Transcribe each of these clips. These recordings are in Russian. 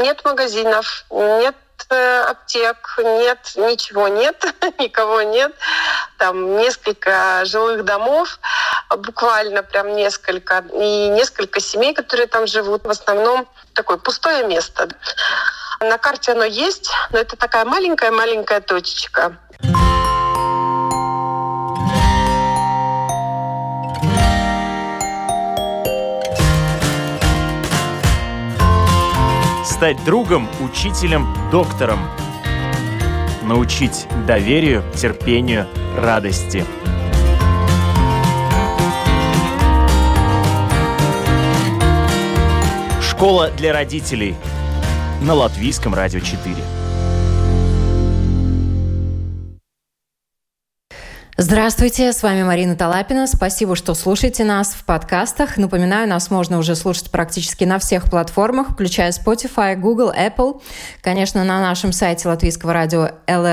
Нет магазинов, нет аптек, нет, ничего нет, никого нет. Там несколько жилых домов, буквально прям несколько, и несколько семей, которые там живут. В основном такое пустое место. На карте оно есть, но это такая маленькая-маленькая точечка. Стать другом, учителем, доктором. Научить доверию, терпению, радости. Школа для родителей на Латвийском радио 4. Здравствуйте, с вами Марина Талапина. Спасибо, что слушаете нас в подкастах. Напоминаю, нас можно уже слушать практически на всех платформах, включая Spotify, Google, Apple. Конечно, на нашем сайте латвийского радио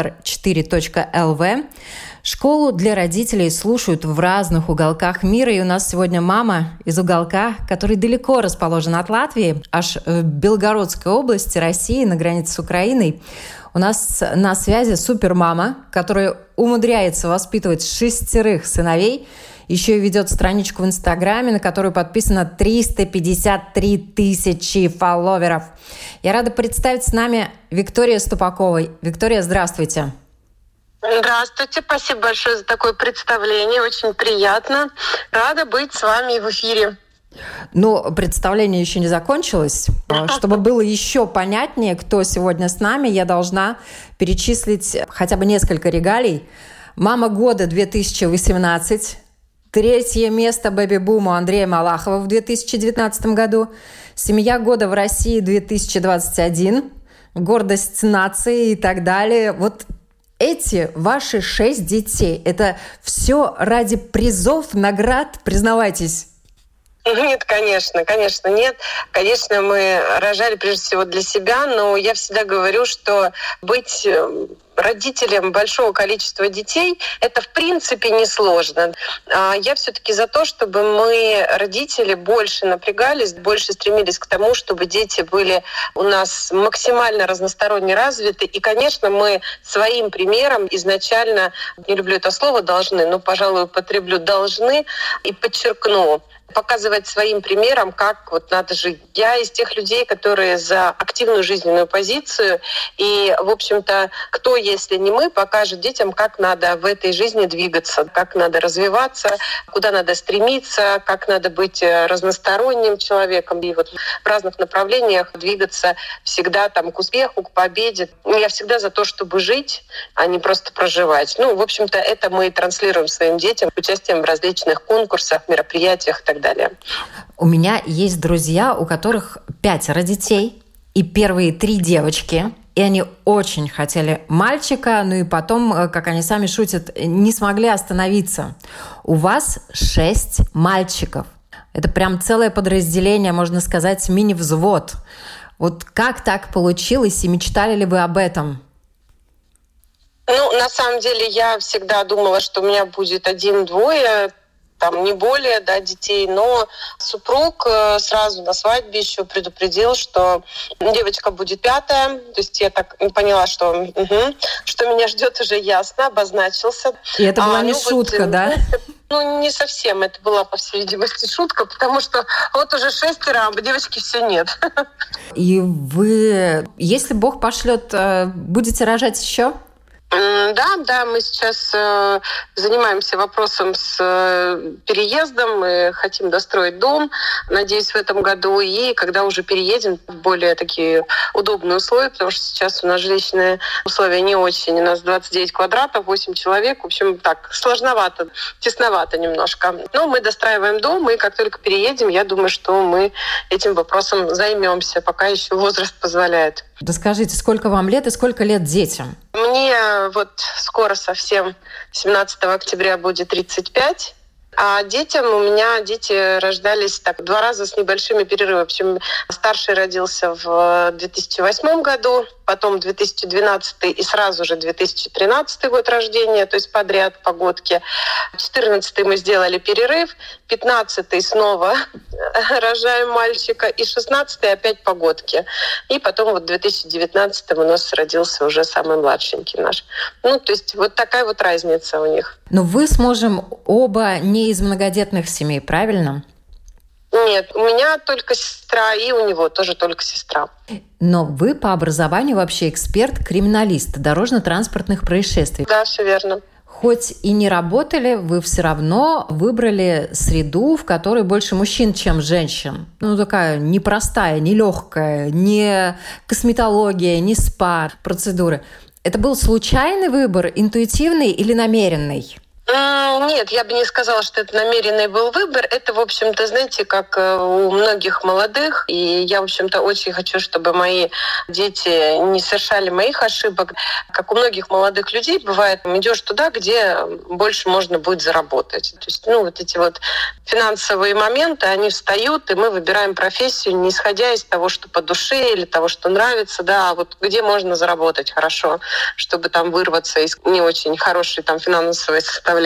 lr4.lv. Школу для родителей слушают в разных уголках мира. И у нас сегодня мама из уголка, который далеко расположен от Латвии, аж в Белгородской области, России, на границе с Украиной. У нас на связи супермама, которая умудряется воспитывать 6 сыновей, еще и ведет страничку в Инстаграме, на которую подписано 353 тысячи фолловеров. Я рада представить с нами Викторию Ступакову. Виктория, здравствуйте. Здравствуйте, спасибо большое за такое представление, очень приятно. Рада быть с вами в эфире. Но представление еще не закончилось. Чтобы было еще понятнее, кто сегодня с нами, я должна перечислить хотя бы несколько регалий. Мама года 2018, 3 место бэби-бума Андрея Малахова в 2019 году, семья года в России 2021, гордость нации и так далее. Вот эти ваши 6 детей, это все ради призов, наград, признавайтесь. Нет, конечно нет. Конечно, мы рожали прежде всего для себя, но я всегда говорю, что быть родителем большого количества детей — это в принципе несложно. Я все-таки за то, чтобы мы, родители, больше напрягались, больше стремились к тому, чтобы дети были у нас максимально разносторонне развиты. И, конечно, мы своим примером изначально, не люблю это слово «должны», но, пожалуй, употреблю «должны» и подчеркну, показывать своим примером, как вот надо жить. Я из тех людей, которые за активную жизненную позицию. И, в общем-то, кто, если не мы, покажет детям, как надо в этой жизни двигаться, как надо развиваться, куда надо стремиться, как надо быть разносторонним человеком. И вот в разных направлениях двигаться всегда там к успеху, к победе. Я всегда за то, чтобы жить, а не просто проживать. В общем-то, это мы транслируем своим детям участием в различных конкурсах, мероприятиях и так далее. У меня есть друзья, у которых 5 детей, и первые 3 девочки, и они очень хотели мальчика, и потом, как они сами шутят, не смогли остановиться. У вас 6 мальчиков. Это прям целое подразделение, можно сказать, мини-взвод. Вот как так получилось, и мечтали ли вы об этом? На самом деле, я всегда думала, что у меня будет 1-2, там не более, детей, но супруг сразу на свадьбе еще предупредил, что девочка будет 5-я, то есть я так поняла, что меня ждет, уже ясно, обозначился. И это была не шутка, да? Не совсем, это была, по всей видимости, шутка, потому что вот уже 6, а девочки все нет. И вы, если Бог пошлет, будете рожать еще? Да, мы сейчас занимаемся вопросом с переездом, мы хотим достроить дом, надеюсь, в этом году, и когда уже переедем в более такие удобные условия, потому что сейчас у нас жилищные условия не очень, у нас 29 квадратов, 8 человек, в общем, так, сложновато, тесновато немножко. Но мы достраиваем дом, и как только переедем, я думаю, что мы этим вопросом займемся, пока еще возраст позволяет. Расскажите, сколько вам лет и сколько лет детям? Мне вот скоро совсем 17 октября будет 35. А детям у меня дети рождались так 2 раза с небольшими перерывами. В общем, старший родился в 2008 году, потом 2012 и сразу же 2013 год рождения, то есть подряд погодки. 2014 мы сделали перерыв, 2015 снова рожаем мальчика, и 2016 опять погодки. И потом вот в 2019 у нас родился уже самый младшенький наш. То есть вот такая вот разница у них. Но вы с мужем оба не из многодетных семей, правильно? Нет, у меня только сестра, и у него тоже только сестра. Но вы по образованию вообще эксперт-криминалист дорожно-транспортных происшествий. Да, все верно. Хоть и не работали, вы все равно выбрали среду, в которой больше мужчин, чем женщин. Такая непростая, нелегкая, не косметология, не спа, процедуры. Это был случайный выбор, интуитивный или намеренный? Нет, я бы не сказала, что это намеренный был выбор. Это, в общем-то, знаете, как у многих молодых. И я, в общем-то, очень хочу, чтобы мои дети не совершали моих ошибок. Как у многих молодых людей бывает, идешь туда, где больше можно будет заработать. То есть, вот эти вот финансовые моменты, они встают, и мы выбираем профессию, не исходя из того, что по душе или того, что нравится, а вот где можно заработать хорошо, чтобы там вырваться из не очень хорошей там финансовой составляющей.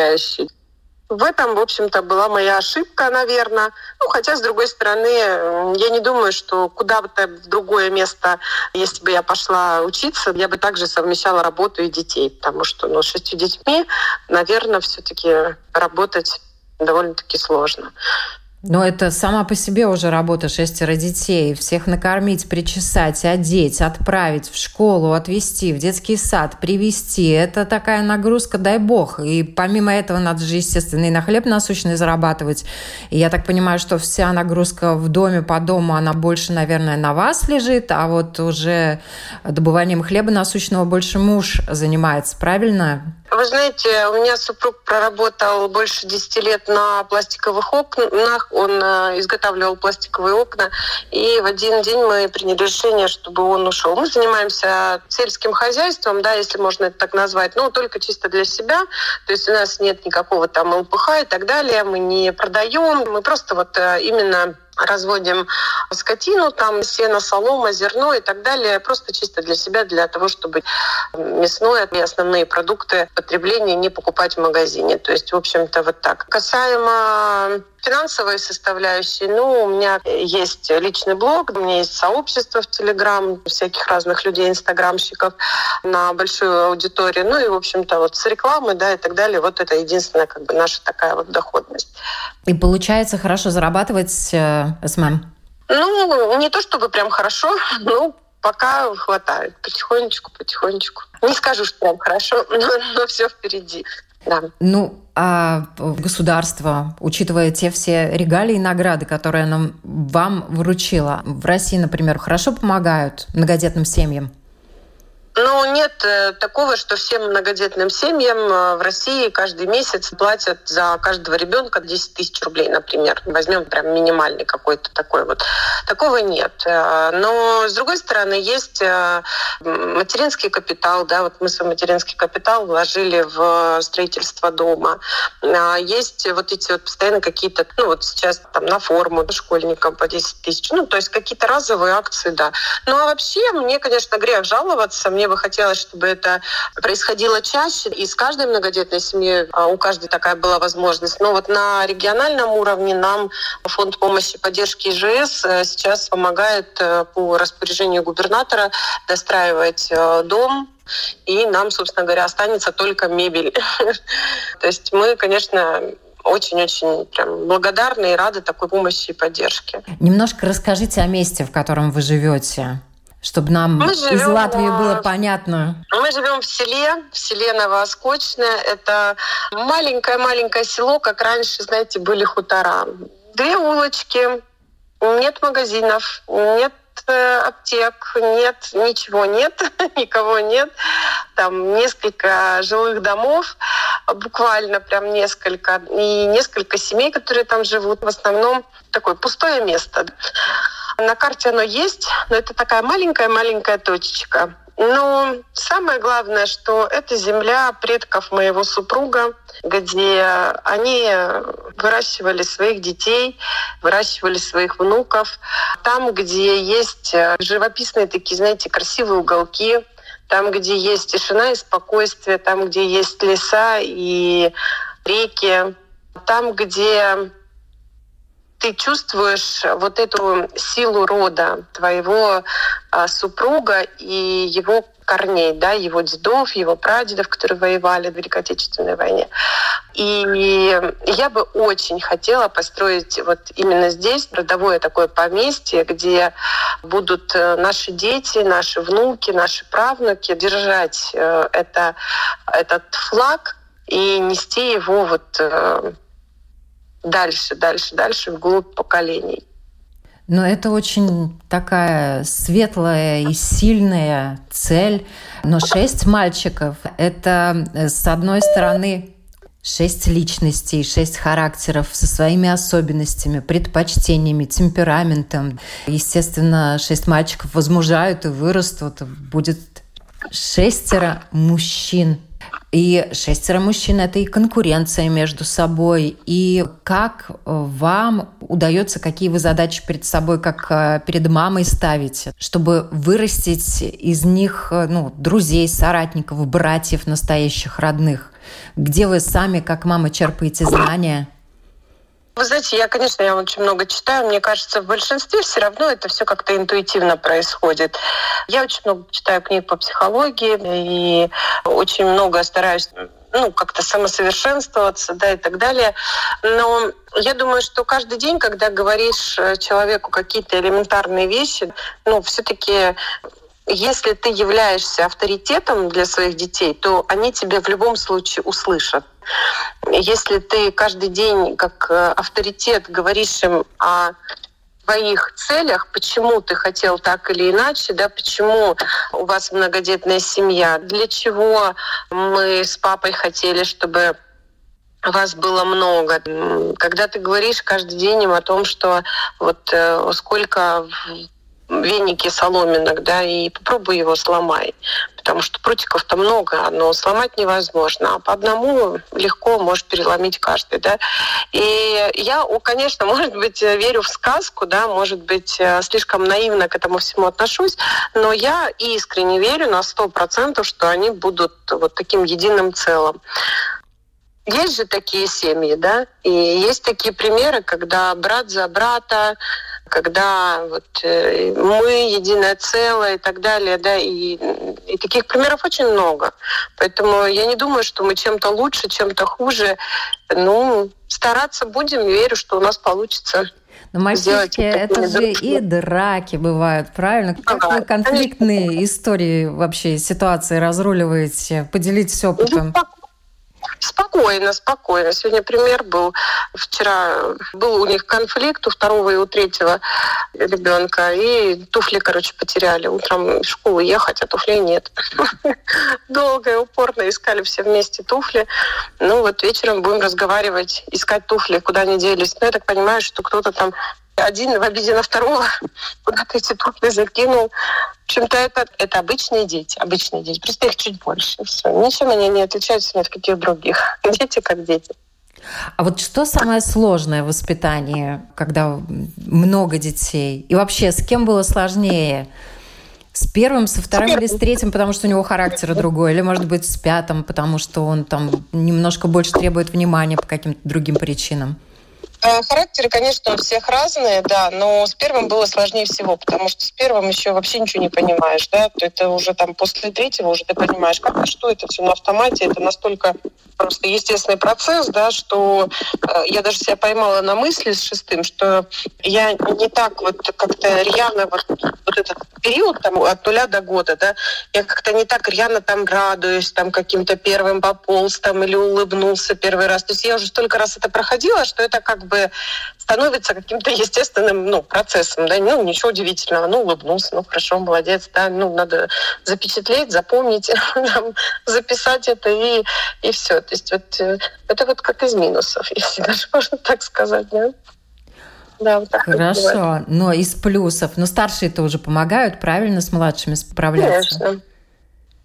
В этом, в общем-то, была моя ошибка, наверное. Хотя, с другой стороны, я не думаю, что куда-то в другое место, если бы я пошла учиться, я бы также совмещала работу и детей. Потому что, с 6 детьми, наверное, все-таки работать довольно-таки сложно. Но это сама по себе уже работа, 6 детей. Всех накормить, причесать, одеть, отправить в школу, отвезти, в детский сад, привезти. Это такая нагрузка, дай бог. И помимо этого надо же, естественно, и на хлеб насущный зарабатывать. И я так понимаю, что вся нагрузка в доме, по дому, она больше, наверное, на вас лежит, а вот уже добыванием хлеба насущного больше муж занимается, правильно? Вы знаете, у меня супруг проработал больше 10 лет на пластиковых окнах. Он изготавливал пластиковые окна. И в один день мы приняли решение, чтобы он ушел. Мы занимаемся сельским хозяйством, если можно это так назвать, но только чисто для себя. То есть у нас нет никакого там ЛПХ и так далее. Мы не продаем. Мы просто именно разводим скотину, там сено, солома, зерно и так далее, просто чисто для себя, для того, чтобы мясное и основные продукты потребления не покупать в магазине. То есть, в общем-то, вот так. Касаемо финансовой составляющей, у меня есть личный блог, у меня есть сообщество в Телеграм, всяких разных людей, инстаграмщиков на большую аудиторию. И, в общем-то, с рекламой, и так далее. Вот это единственная наша такая доходность. И получается хорошо зарабатывать СММ? Не то чтобы прям хорошо, пока хватает. Потихонечку. Не скажу, что прям хорошо, но все впереди. Да. А государство, учитывая те все регалии и награды, которые оно вам вручило, в России, например, хорошо помогают многодетным семьям? Нет такого, что всем многодетным семьям в России каждый месяц платят за каждого ребенка 10 тысяч рублей, например. Возьмем прям минимальный какой-то такой вот. Такого нет. Но, с другой стороны, есть материнский капитал. Мы свой материнский капитал вложили в строительство дома. Есть вот эти вот постоянно какие-то, сейчас там на форму школьникам по 10 тысяч. То есть какие-то разовые акции, да. А вообще, мне, конечно, грех жаловаться. Мне бы хотелось, чтобы это происходило чаще. И с каждой многодетной семьей у каждой такая была возможность. Но на региональном уровне нам фонд помощи и поддержки ИЖС сейчас помогает по распоряжению губернатора достраивать дом. И нам, собственно говоря, останется только мебель. То есть мы, конечно, очень-очень прям благодарны и рады такой помощи и поддержке. Немножко расскажите о месте, в котором вы живете, чтобы нам из Латвии было понятно. Мы живем в селе Новооскочное. Это маленькое-маленькое село, как раньше, знаете, были хутора. 2 улочки, нет магазинов, нет аптек, нет, ничего нет, никого нет. Там несколько жилых домов, буквально прям несколько, и несколько семей, которые там живут. В основном такое пустое место. На карте оно есть, но это такая маленькая-маленькая точечка. Но самое главное, что это земля предков моего супруга, где они выращивали своих детей, выращивали своих внуков. Там, где есть живописные такие, знаете, красивые уголки, там, где есть тишина и спокойствие, там, где есть леса и реки, там, где ты чувствуешь вот эту силу рода твоего супруга и его корней, да, его дедов, его прадедов, которые воевали в Великой Отечественной войне. И я бы очень хотела построить вот именно здесь родовое такое поместье, где будут наши дети, наши внуки, наши правнуки держать этот флаг и нести его вот дальше, вглубь поколений. Но это очень такая светлая и сильная цель. Но 6 мальчиков – это, с одной стороны, 6 личностей, 6 характеров со своими особенностями, предпочтениями, темпераментом. Естественно, 6 мальчиков возмужают и вырастут. Будет 6 мужчин. И 6 мужчин – это и конкуренция между собой. И как вам удается, какие вы задачи перед собой, как перед мамой ставите, чтобы вырастить из них друзей, соратников, братьев настоящих, родных? Где вы сами, как мама, черпаете знания? Вы знаете, я очень много читаю. Мне кажется, в большинстве все равно это все как-то интуитивно происходит. Я очень много читаю книг по психологии и очень много стараюсь как-то самосовершенствоваться, да, и так далее. Но я думаю, что каждый день, когда говоришь человеку какие-то элементарные вещи, все-таки если ты являешься авторитетом для своих детей, то они тебя в любом случае услышат. Если ты каждый день как авторитет говоришь им о твоих целях, почему ты хотел так или иначе, да, почему у вас многодетная семья, для чего мы с папой хотели, чтобы вас было много. Когда ты говоришь каждый день им о том, что вот сколько веники соломинок, да, и попробуй его сломай. Потому что прутиков-то много, но сломать невозможно. А по одному легко можешь переломить каждый, да. И я, конечно, может быть, верю в сказку, да, может быть, слишком наивно к этому всему отношусь, но я искренне верю на 100%, что они будут вот таким единым целым. Есть же такие семьи, да, и есть такие примеры, когда брат за брата, когда вот мы единое целое и так далее, да, и таких примеров очень много. Поэтому я не думаю, что мы чем-то лучше, чем-то хуже. Стараться будем, верю, что у нас получится. Но мальчишки, это же и драки бывают, правильно? Как вы конфликтные истории вообще, ситуации разруливаете? Поделитесь опытом. Спокойно. Сегодня пример был. Вчера был у них конфликт у 2 и у 3 ребенка, и туфли, потеряли. Утром в школу ехать, а туфлей нет. Долго и упорно искали все вместе туфли. Вечером будем разговаривать, искать туфли, куда они делись. Я так понимаю, что кто-то там один в обиде на второго куда-то эти туфли закинул. В общем-то, это обычные дети. Просто их чуть больше. Все. Ничем они не отличаются ни от каких других. Дети как дети. А вот что самое сложное в воспитании, когда много детей? И вообще, с кем было сложнее? С первым, со вторым или с третьим, потому что у него характер другой? Или, может быть, с пятым, потому что он там немножко больше требует внимания по каким-то другим причинам? Характеры, конечно, у всех разные, да, но с первым было сложнее всего, потому что с первым еще вообще ничего не понимаешь, да, это уже там после 3-го уже ты понимаешь, что это все на автомате, это настолько просто естественный процесс, да, что я даже себя поймала на мысли с 6-м, что я не так вот как-то рьяно вот этот период там от 0 до года, да, я как-то не так рьяно там радуюсь, там каким-то первым пополз там или улыбнулся первый раз. То есть я уже столько раз это проходила, что это как бы становится каким-то естественным процессом, да, ничего удивительного, улыбнулся, хорошо, молодец, да, надо запечатлеть, запомнить, записать это и все. То есть это вот как из минусов, если даже можно так сказать, да. Да, вот так. Хорошо, но из плюсов. Но старшие-то уже помогают, правильно, с младшими справляться? Конечно.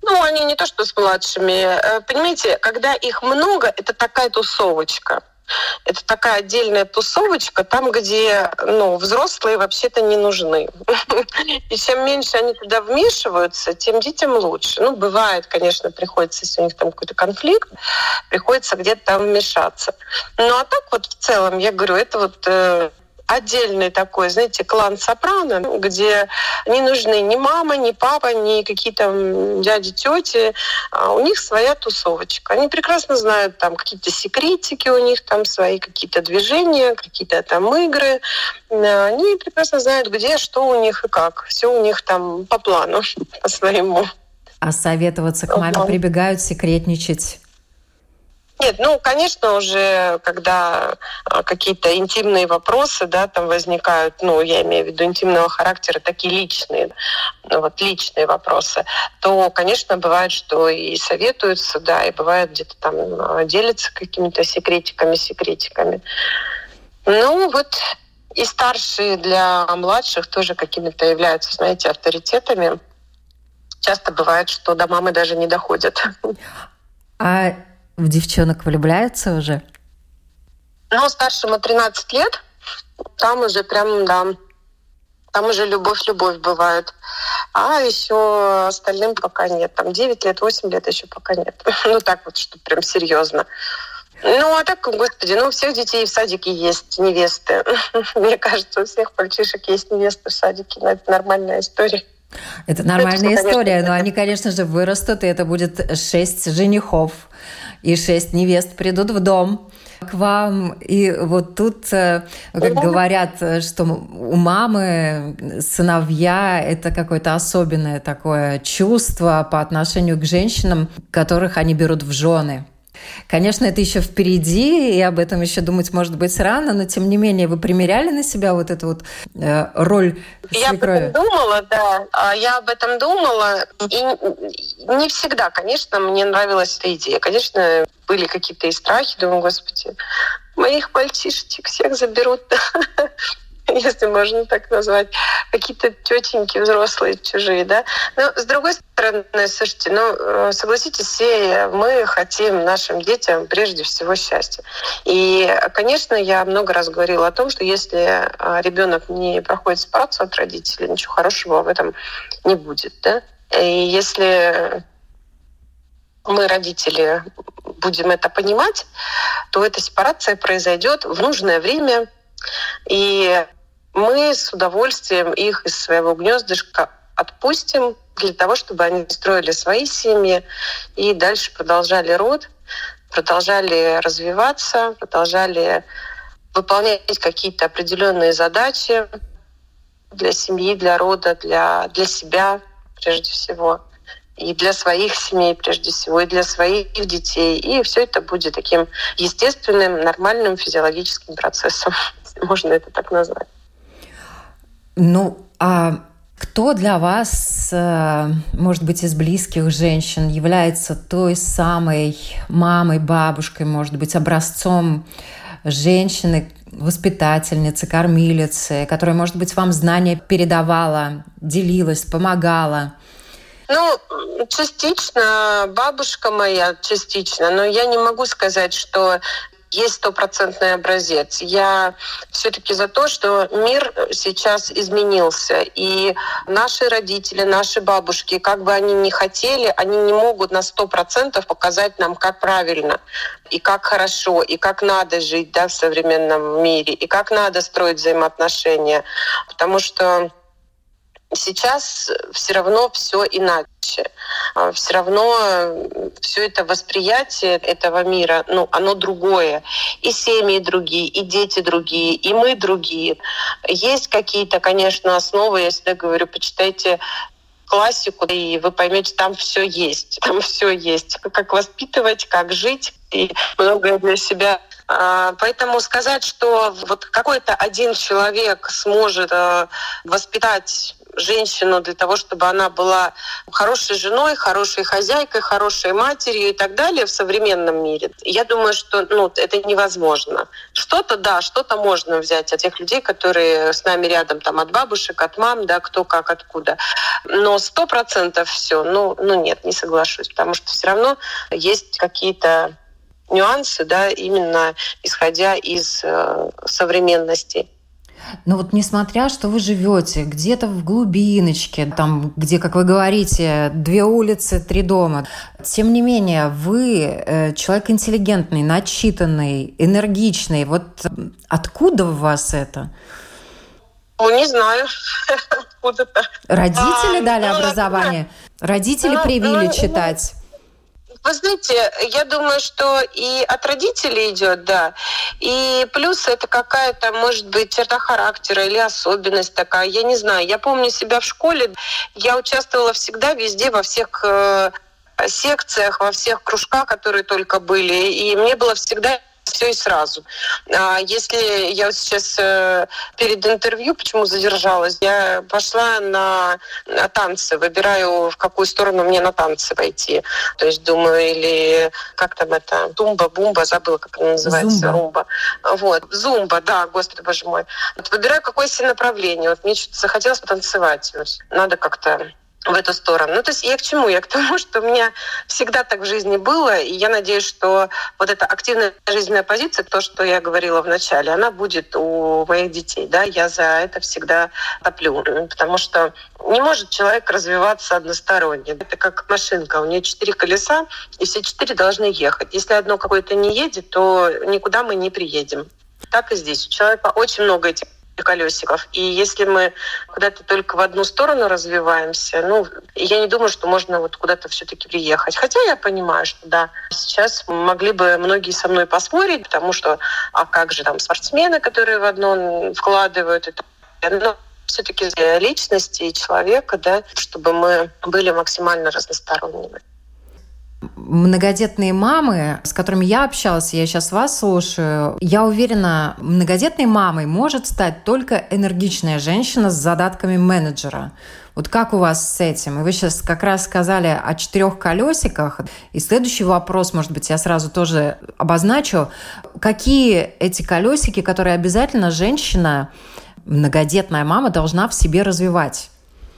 Ну, они не то что с младшими. Понимаете, когда их много, это такая тусовочка. Это такая отдельная тусовочка, там, где взрослые вообще-то не нужны. И чем меньше они туда вмешиваются, тем детям лучше. Ну, бывает, конечно, приходится, если у них там какой-то конфликт, приходится где-то там вмешаться. Ну, а так вот в целом, я говорю, это вот отдельный такой, знаете, клан Сопрано, где не нужны ни мама, ни папа, ни какие-то дяди, тети. А у них своя тусовочка. Они прекрасно знают там какие-то секретики у них, там свои какие-то движения, какие-то там игры. Они прекрасно знают, где, что у них и как. Все у них там по плану, по своему. А советоваться к маме прибегают, секретничать? Нет, конечно, уже когда какие-то интимные вопросы, да, там возникают, я имею в виду интимного характера, такие личные, личные вопросы, то, конечно, бывает, что и советуются, да, и бывает где-то там делятся какими-то секретиками. И старшие для младших тоже какими-то являются, знаете, авторитетами. Часто бывает, что до мамы даже не доходят. А в девчонок влюбляются уже? Старшему 13 лет, там уже прям, да, там уже любовь бывает. А еще остальным пока нет. Там 9 лет, 8 лет еще пока нет. Так вот, что прям серьезно. А так, господи, у всех детей в садике есть невесты. Мне кажется, у всех мальчишек есть невесты в садике. Но это нормальная история. Это нормальная история, но они, конечно же, вырастут, и это будет 6 женихов, и 6 невест придут в дом к вам. И вот тут, как говорят, что у мамы сыновья – это какое-то особенное такое чувство по отношению к женщинам, которых они берут в жены. Конечно, это еще впереди, и об этом еще думать, может быть, рано, но тем не менее, вы примеряли на себя вот эту вот роль свекрови? Я об этом думала, да. Я об этом думала, и не всегда, конечно, мне нравилась эта идея. Конечно, были какие-то и страхи, думаю, господи, моих мальчишечек всех заберут, если можно так назвать, какие-то тетеньки взрослые, чужие, да. Но с другой стороны, слушайте, согласитесь, все мы хотим нашим детям прежде всего счастья. И, конечно, я много раз говорила о том, что если ребенок не проходит сепарацию от родителей, ничего хорошего в этом не будет, да. И если мы, родители, будем это понимать, то эта сепарация произойдет в нужное время, и мы с удовольствием их из своего гнездышка отпустим для того, чтобы они строили свои семьи и дальше продолжали род, продолжали развиваться, продолжали выполнять какие-то определенные задачи для семьи, для рода, для себя прежде всего, и для своих семей прежде всего, и для своих детей. И все это будет таким естественным, нормальным физиологическим процессом, можно это так назвать. А кто для вас, может быть, из близких женщин является той самой мамой, бабушкой, может быть, образцом женщины, воспитательницы, кормилицы, которая, может быть, вам знания передавала, делилась, помогала? Частично бабушка моя, частично, но я не могу сказать, что есть стопроцентный образец. Я все-таки за то, что мир сейчас изменился, и наши родители, наши бабушки, как бы они ни хотели, они не могут на 100% показать нам, как правильно, и как хорошо, и как надо жить, да, в современном мире, и как надо строить взаимоотношения, потому что сейчас все равно все иначе. Все равно все это восприятие этого мира, оно другое. И семьи другие, и дети другие, и мы другие. Есть какие-то, конечно, основы, я всегда говорю, почитайте классику, и вы поймете, там все есть. Там все есть. Как воспитывать, как жить, и многое для себя. Поэтому сказать, что вот какой-то один человек сможет воспитать женщину для того, чтобы она была хорошей женой, хорошей хозяйкой, хорошей матерью и так далее в современном мире. Я думаю, что это невозможно. Что-то можно взять от тех людей, которые с нами рядом, там, от бабушек, от мам, да, кто как, откуда. Но 100% все, нет, не соглашусь, потому что все равно есть какие-то нюансы, да, именно исходя из современности. Но вот несмотря, что вы живете где-то в глубиночке, там, где, как вы говорите, 2 улицы, 3 дома, тем не менее, вы человек интеллигентный, начитанный, энергичный. Вот откуда у вас это? Не знаю, откуда-то. Родители дали образование? Родители привили читать? Вы знаете, я думаю, что и от родителей идет, да. И плюс это какая-то, может быть, черта характера или особенность такая. Я не знаю. Я помню себя в школе. Я участвовала всегда, везде, во всех секциях, во всех кружках, которые только были. И мне было всегда все и сразу. Если я сейчас перед интервью, почему задержалась, я пошла на танцы, выбираю, в какую сторону мне на танцы пойти. То есть думаю, или как там это, тумба-бумба, забыла, как она называется, румба. Вот, зумба, да, господи, боже мой. Вот выбираю, какое себе направление. Вот мне что-то захотелось потанцевать. Надо как-то в эту сторону. То есть я к чему? Я к тому, что у меня всегда так в жизни было, и я надеюсь, что вот эта активная жизненная позиция, то, что я говорила в начале, она будет у моих детей. Да? Я за это всегда топлю, потому что не может человек развиваться односторонне. Это как машинка, у нее 4 колеса, и все 4 должны ехать. Если одно какое-то не едет, то никуда мы не приедем. Так и здесь. У человека очень много этих колесиков. И если мы куда-то только в одну сторону развиваемся, я не думаю, что можно вот куда-то все-таки приехать. Хотя я понимаю, что да, сейчас могли бы многие со мной поспорить, потому что, а как же там спортсмены, которые в одно вкладывают это. Но все-таки личности и человека, да, чтобы мы были максимально разносторонними. Многодетные мамы, с которыми я общалась, я сейчас вас слушаю, я уверена, многодетной мамой может стать только энергичная женщина с задатками менеджера. Вот как у вас с этим? И вы сейчас как раз сказали о 4 колесиках. И следующий вопрос, может быть, я сразу тоже обозначу. Какие эти колесики, которые обязательно женщина, многодетная мама, должна в себе развивать?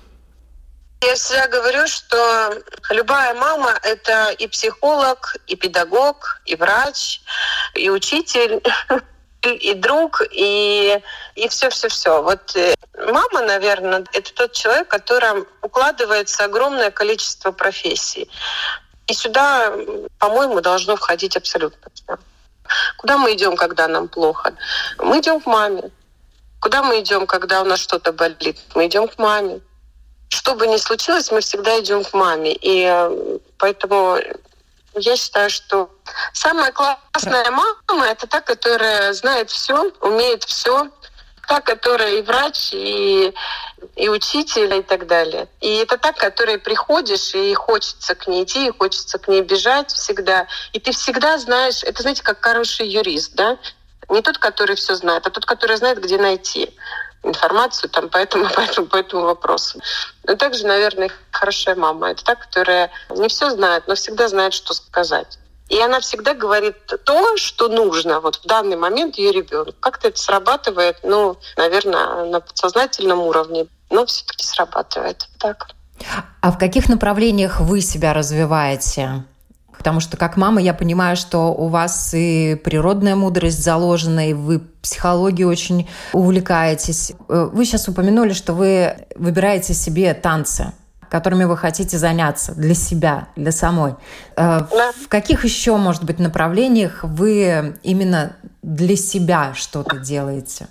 Я всегда говорю, что любая мама — это и психолог, и педагог, и врач, и учитель, и друг, и все-все-все. Вот мама, наверное, это тот человек, в котором укладывается огромное количество профессий. И сюда, по-моему, должно входить абсолютно все. Куда мы идем, когда нам плохо? Мы идем к маме. Куда мы идем, когда у нас что-то болит? Мы идем к маме. Что бы ни случилось, мы всегда идем к маме. И поэтому я считаю, что самая классная мама — это та, которая знает все, умеет все, та, которая и врач, и учитель, и так далее. И это та, к которой приходишь, и хочется к ней идти, и хочется к ней бежать всегда. И ты всегда знаешь, это, знаете, как хороший юрист, да? Не тот, который все знает, а тот, который знает, где найти информацию там, по этому вопросу. Но также, наверное, хорошая мама. Это та, которая не все знает, но всегда знает, что сказать. И она всегда говорит то, что нужно вот в данный момент ее ребенку. Как-то это срабатывает, наверное, на подсознательном уровне, но все-таки срабатывает. Так. А в каких направлениях вы себя развиваете? Потому что как мама я понимаю, что у вас и природная мудрость заложена, и вы психологией очень увлекаетесь. Вы сейчас упомянули, что вы выбираете себе танцы, которыми вы хотите заняться для себя, для самой. Да. В каких еще, может быть, направлениях вы именно для себя что-то делаете?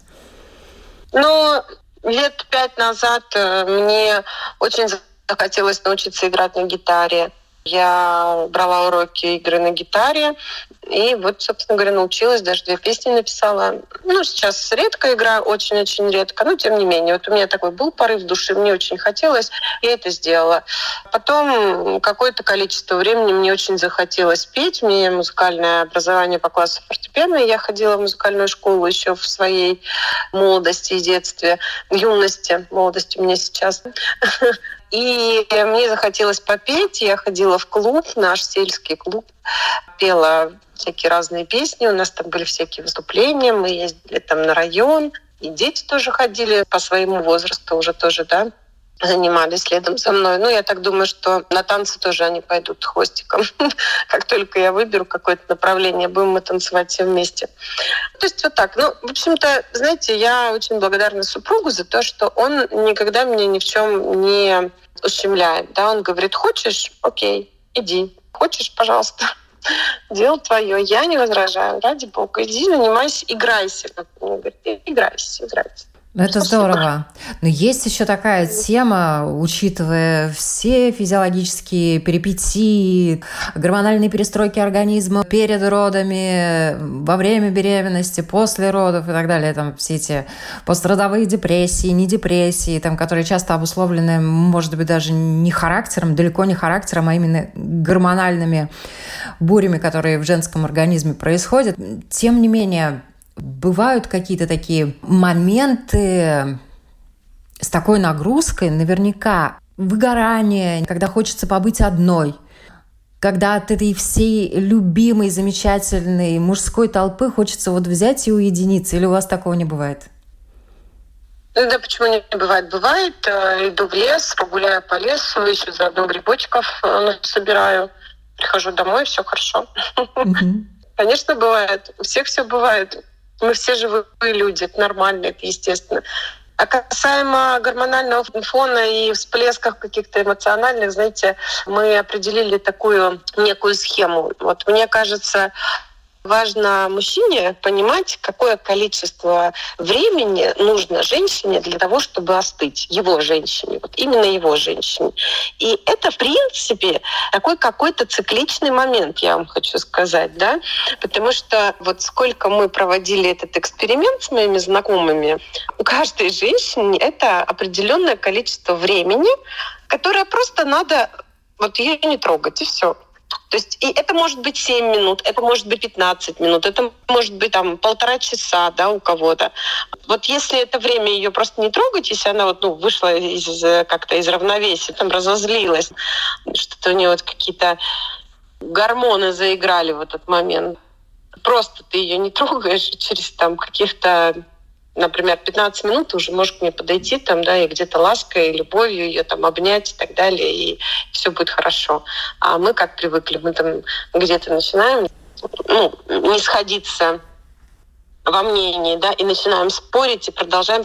Лет 5 назад мне очень захотелось научиться играть на гитаре. Я брала уроки игры на гитаре, И вот, собственно говоря, научилась, даже 2 песни написала. Сейчас редко играю, очень-очень редко, но тем не менее. Вот у меня такой был порыв души, мне очень хотелось, я это сделала. Потом какое-то количество времени мне очень захотелось петь. У меня музыкальное образование по классу фортепиано. Я ходила в музыкальную школу еще в своей молодости и детстве, юности. Молодость у меня сейчас. И мне захотелось попеть. Я ходила в клуб, наш сельский клуб, пела всякие разные песни. У нас там были всякие выступления. Мы ездили там на район. И дети тоже ходили по своему возрасту уже тоже, да, занимались следом за мной. Я так думаю, что на танцы тоже они пойдут хвостиком. Как только я выберу какое-то направление, будем мы танцевать все вместе. То есть вот так. В общем-то, знаете, я очень благодарна супругу за то, что он никогда меня ни в чем не ущемляет. Да? Он говорит: хочешь? Окей, иди. Хочешь? Пожалуйста. Дело твое. Я не возражаю. Ради бога. Иди, занимайся, играйся. Как он говорит. Играйся. Это здорово. Но есть еще такая тема, учитывая все физиологические перипетии, гормональные перестройки организма перед родами, во время беременности, после родов и так далее. Там все эти постродовые депрессии, не депрессии, которые часто обусловлены, может быть, даже не характером, далеко не характером, а именно гормональными бурями, которые в женском организме происходят. Тем не менее, бывают какие-то такие моменты с такой нагрузкой, наверняка выгорание, когда хочется побыть одной, когда от этой всей любимой, замечательной мужской толпы хочется взять и уединиться, или у вас такого не бывает? Да, почему не бывает? Бывает. Иду в лес, погуляю по лесу, еще заодно грибочков собираю, прихожу домой, все хорошо. Конечно, бывает. У всех все бывает. Мы все живые люди, это нормально, это естественно. А касаемо гормонального фона и всплесков каких-то эмоциональных, знаете, мы определили такую некую схему. Мне кажется, важно мужчине понимать, какое количество времени нужно женщине для того, чтобы остыть. Его женщине. Именно его женщине. И это, в принципе, такой какой-то цикличный момент, я вам хочу сказать, да? Потому что сколько мы проводили этот эксперимент с моими знакомыми, у каждой женщины это определенное количество времени, которое просто надо ее не трогать, и все. То есть и это может быть 7 минут, это может быть 15 минут, это может быть 1,5 часа, да, у кого-то. Если это время ее просто не трогать, если она вышла из равновесия, разозлилась, что-то у нее какие-то гормоны заиграли в этот момент. Просто ты ее не трогаешь, и через каких-то, например, 15 минут ты уже можешь к ней подойти, и где-то лаской, любовью ее обнять и так далее, и все будет хорошо. А мы как привыкли, мы где-то начинаем не сходиться во мнении, да, и начинаем спорить, и продолжаем,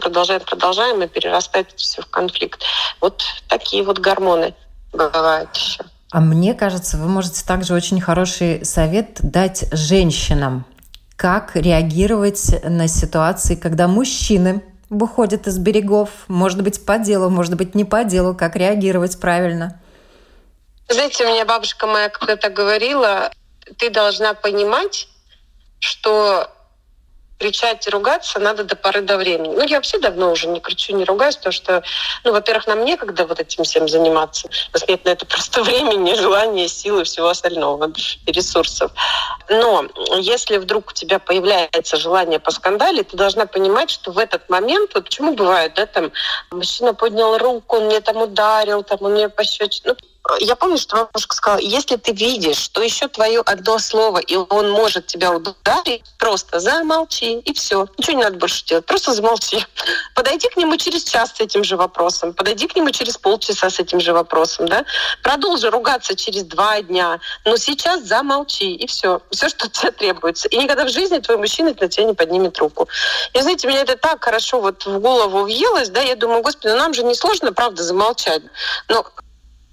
и перерастает все в конфликт. Такие гормоны бывают еще. А мне кажется, вы можете также очень хороший совет дать женщинам, как реагировать на ситуации, когда мужчины выходят из берегов, может быть, по делу, может быть, не по делу, как реагировать правильно? Знаете, у меня бабушка моя когда-то говорила: ты должна понимать, что кричать и ругаться надо до поры до времени. Я вообще давно уже не кричу, не ругаюсь, потому что, во-первых, нам некогда этим всем заниматься. У нас нет на это просто времени, желания, силы и всего остального, и ресурсов. Но если вдруг у тебя появляется желание поскандалить, ты должна понимать, что в этот момент, почему бывает, да, мужчина поднял руку, он мне ударил, он мне пощечину. Я помню, что бабушка сказала: если ты видишь, что еще твое одно слово, и он может тебя ударить, просто замолчи, и все. Ничего не надо больше делать, просто замолчи. Подойди к нему через час с этим же вопросом, подойди к нему через полчаса с этим же вопросом, да? Продолжи ругаться через 2 дня, но сейчас замолчи, и все. Все, что от тебя требуется. И никогда в жизни твой мужчина на тебя не поднимет руку. И знаете, меня это так хорошо в голову въелось, да, я думаю: Господи, нам же не сложно, правда, замолчать. Но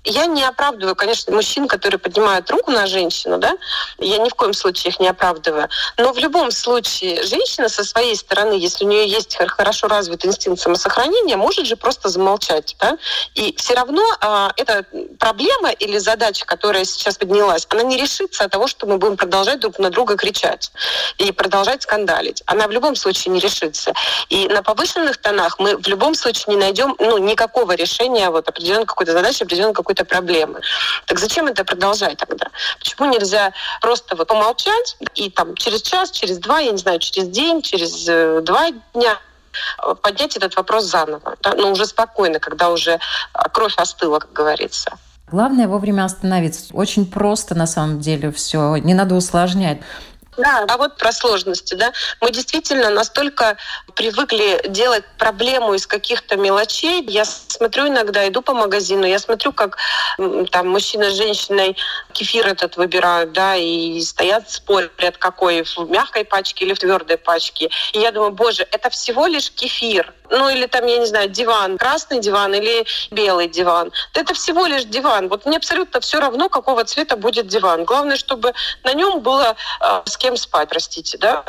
Я не оправдываю, конечно, мужчин, которые поднимают руку на женщину, да, я ни в коем случае их не оправдываю. Но в любом случае женщина со своей стороны, если у нее есть хорошо развитый инстинкт самосохранения, может же просто замолчать, да, и все равно эта проблема или задача, которая сейчас поднялась, она не решится от того, что мы будем продолжать друг на друга кричать и продолжать скандалить. Она в любом случае не решится. И на повышенных тонах мы в любом случае не найдем никакого решения определенной какой-то задачи, определенной какой-то проблемы. Так зачем это продолжать тогда? Почему нельзя просто помолчать и через час, через два, я не знаю, через день, через 2 дня поднять этот вопрос заново, да? Но уже спокойно, когда уже кровь остыла, как говорится. Главное вовремя остановиться. Очень просто на самом деле все. Не надо усложнять. Да, а вот про сложности, да. Мы действительно настолько привыкли делать проблему из каких-то мелочей. Я смотрю иногда, иду по магазину, я смотрю, как мужчина с женщиной кефир этот выбирают, да, и стоят, спорят, какой, в мягкой пачке или в твердой пачке. И я думаю, боже, это всего лишь кефир. Или я не знаю, диван, красный диван или белый диван. Это всего лишь диван. Мне абсолютно все равно, какого цвета будет диван. Главное, чтобы на нем было с кем спать, простите, да?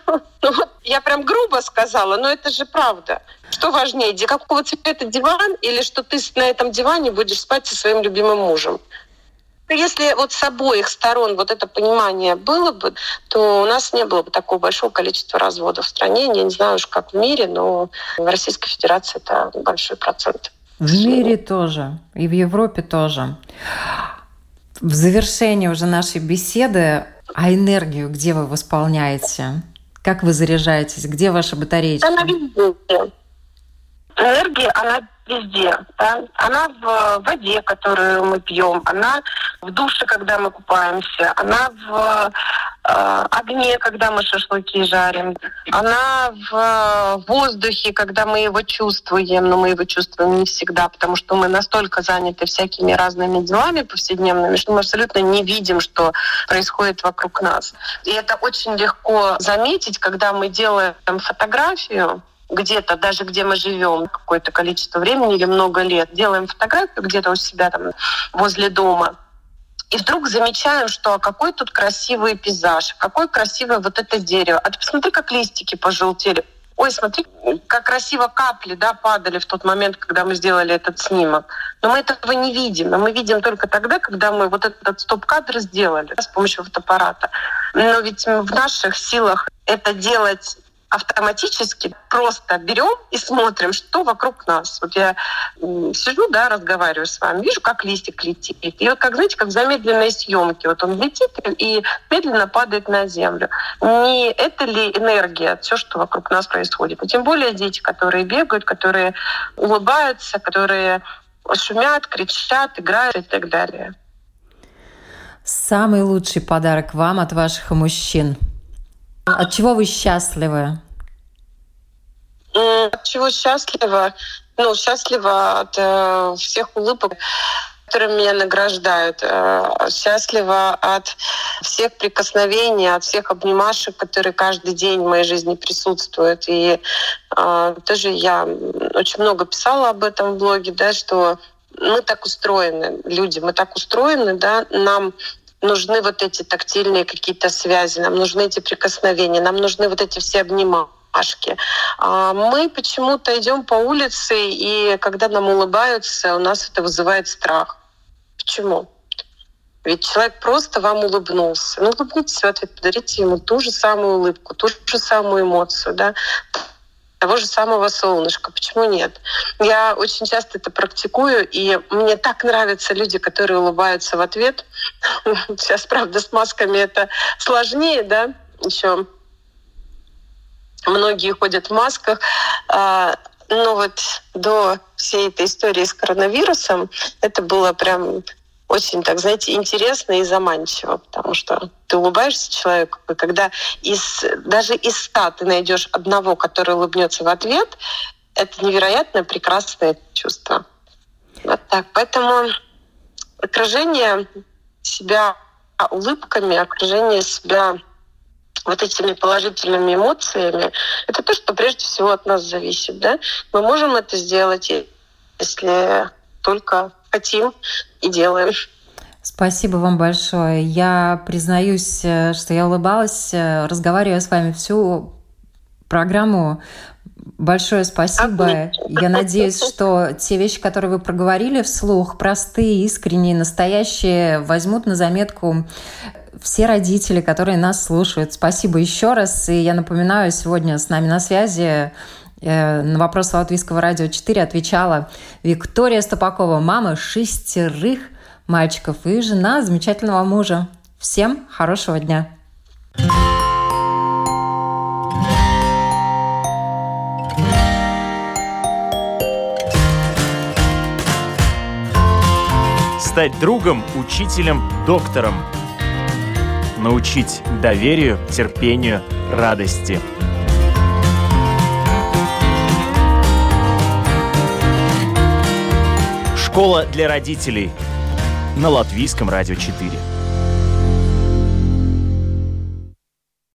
Я прям грубо сказала, но это же правда. Что важнее, какого цвета диван или что ты на этом диване будешь спать со своим любимым мужем? Если с обоих сторон это понимание было бы, то у нас не было бы такого большого количества разводов в стране. Я не знаю уж как в мире, но в Российской Федерации это большой процент. В мире тоже, и в Европе тоже. В завершении уже нашей беседы, энергию где вы восполняете? Как вы заряжаетесь? Где ваша батареечка? Она везде. Энергия, она везде. Да? Она в воде, которую мы пьем, она в душе, когда мы купаемся, она в огне, когда мы шашлыки жарим, она в воздухе, когда мы его чувствуем, но мы его чувствуем не всегда, потому что мы настолько заняты всякими разными делами повседневными, что мы абсолютно не видим, что происходит вокруг нас. И это очень легко заметить, когда мы делаем фотографию, где-то, даже где мы живем какое-то количество времени или много лет, делаем фотографию где-то у себя возле дома, и вдруг замечаем, что какой тут красивый пейзаж, какое красивое это дерево. А ты посмотри, как листики пожелтели. Ой, смотри, как красиво капли, да, падали в тот момент, когда мы сделали этот снимок. Но мы этого не видим. Но мы видим только тогда, когда мы этот стоп-кадр сделали с помощью фотоаппарата. Но ведь в наших силах это делать автоматически, просто берем и смотрим, что вокруг нас. Я сижу, да, разговариваю с вами, вижу, как листик летит. И как, знаете, как в замедленной съемке. Он летит и медленно падает на землю. Не это ли энергия, все, что вокруг нас происходит? И тем более дети, которые бегают, которые улыбаются, которые шумят, кричат, играют и так далее. Самый лучший подарок вам от ваших мужчин? От чего вы счастливы? От чего счастлива? Счастлива от всех улыбок, которые меня награждают. Счастлива от всех прикосновений, от всех обнимашек, которые каждый день в моей жизни присутствуют. И тоже я очень много писала об этом в блоге, да, что мы так устроены, люди, мы так устроены, да, нам нужны эти тактильные какие-то связи, нам нужны эти прикосновения, нам нужны эти все обнимашки. А мы почему-то идем по улице, и когда нам улыбаются, у нас это вызывает страх. Почему? Ведь человек просто вам улыбнулся. Улыбнитесь в ответ, подарите ему ту же самую улыбку, ту же самую эмоцию, да, того же самого солнышка. Почему нет? Я очень часто это практикую, и мне так нравятся люди, которые улыбаются в ответ. Сейчас, правда, с масками это сложнее, да, еще многие ходят в масках. Но до всей этой истории с коронавирусом это было прям очень, так знаете, интересно и заманчиво, потому что ты улыбаешься человеку, и когда даже из 100 ты найдешь одного, который улыбнется в ответ, это невероятно прекрасное чувство. Так. Поэтому окружение себя улыбками, окружение себя этими положительными эмоциями, это то, что прежде всего от нас зависит. Да? Мы можем это сделать, если только хотим и делаем. Спасибо вам большое. Я признаюсь, что я улыбалась, разговаривая с вами всю программу. Большое спасибо. Я надеюсь, что те вещи, которые вы проговорили вслух, простые, искренние, настоящие, возьмут на заметку все родители, которые нас слушают. Спасибо еще раз. И я напоминаю, сегодня с нами на связи на вопрос Латвийского радио 4 отвечала Виктория Стопакова, мама 6 мальчиков и жена замечательного мужа. Всем хорошего дня. Стать другом, учителем, доктором. Научить доверию, терпению, радости. Школа для родителей на Латвийском радио 4.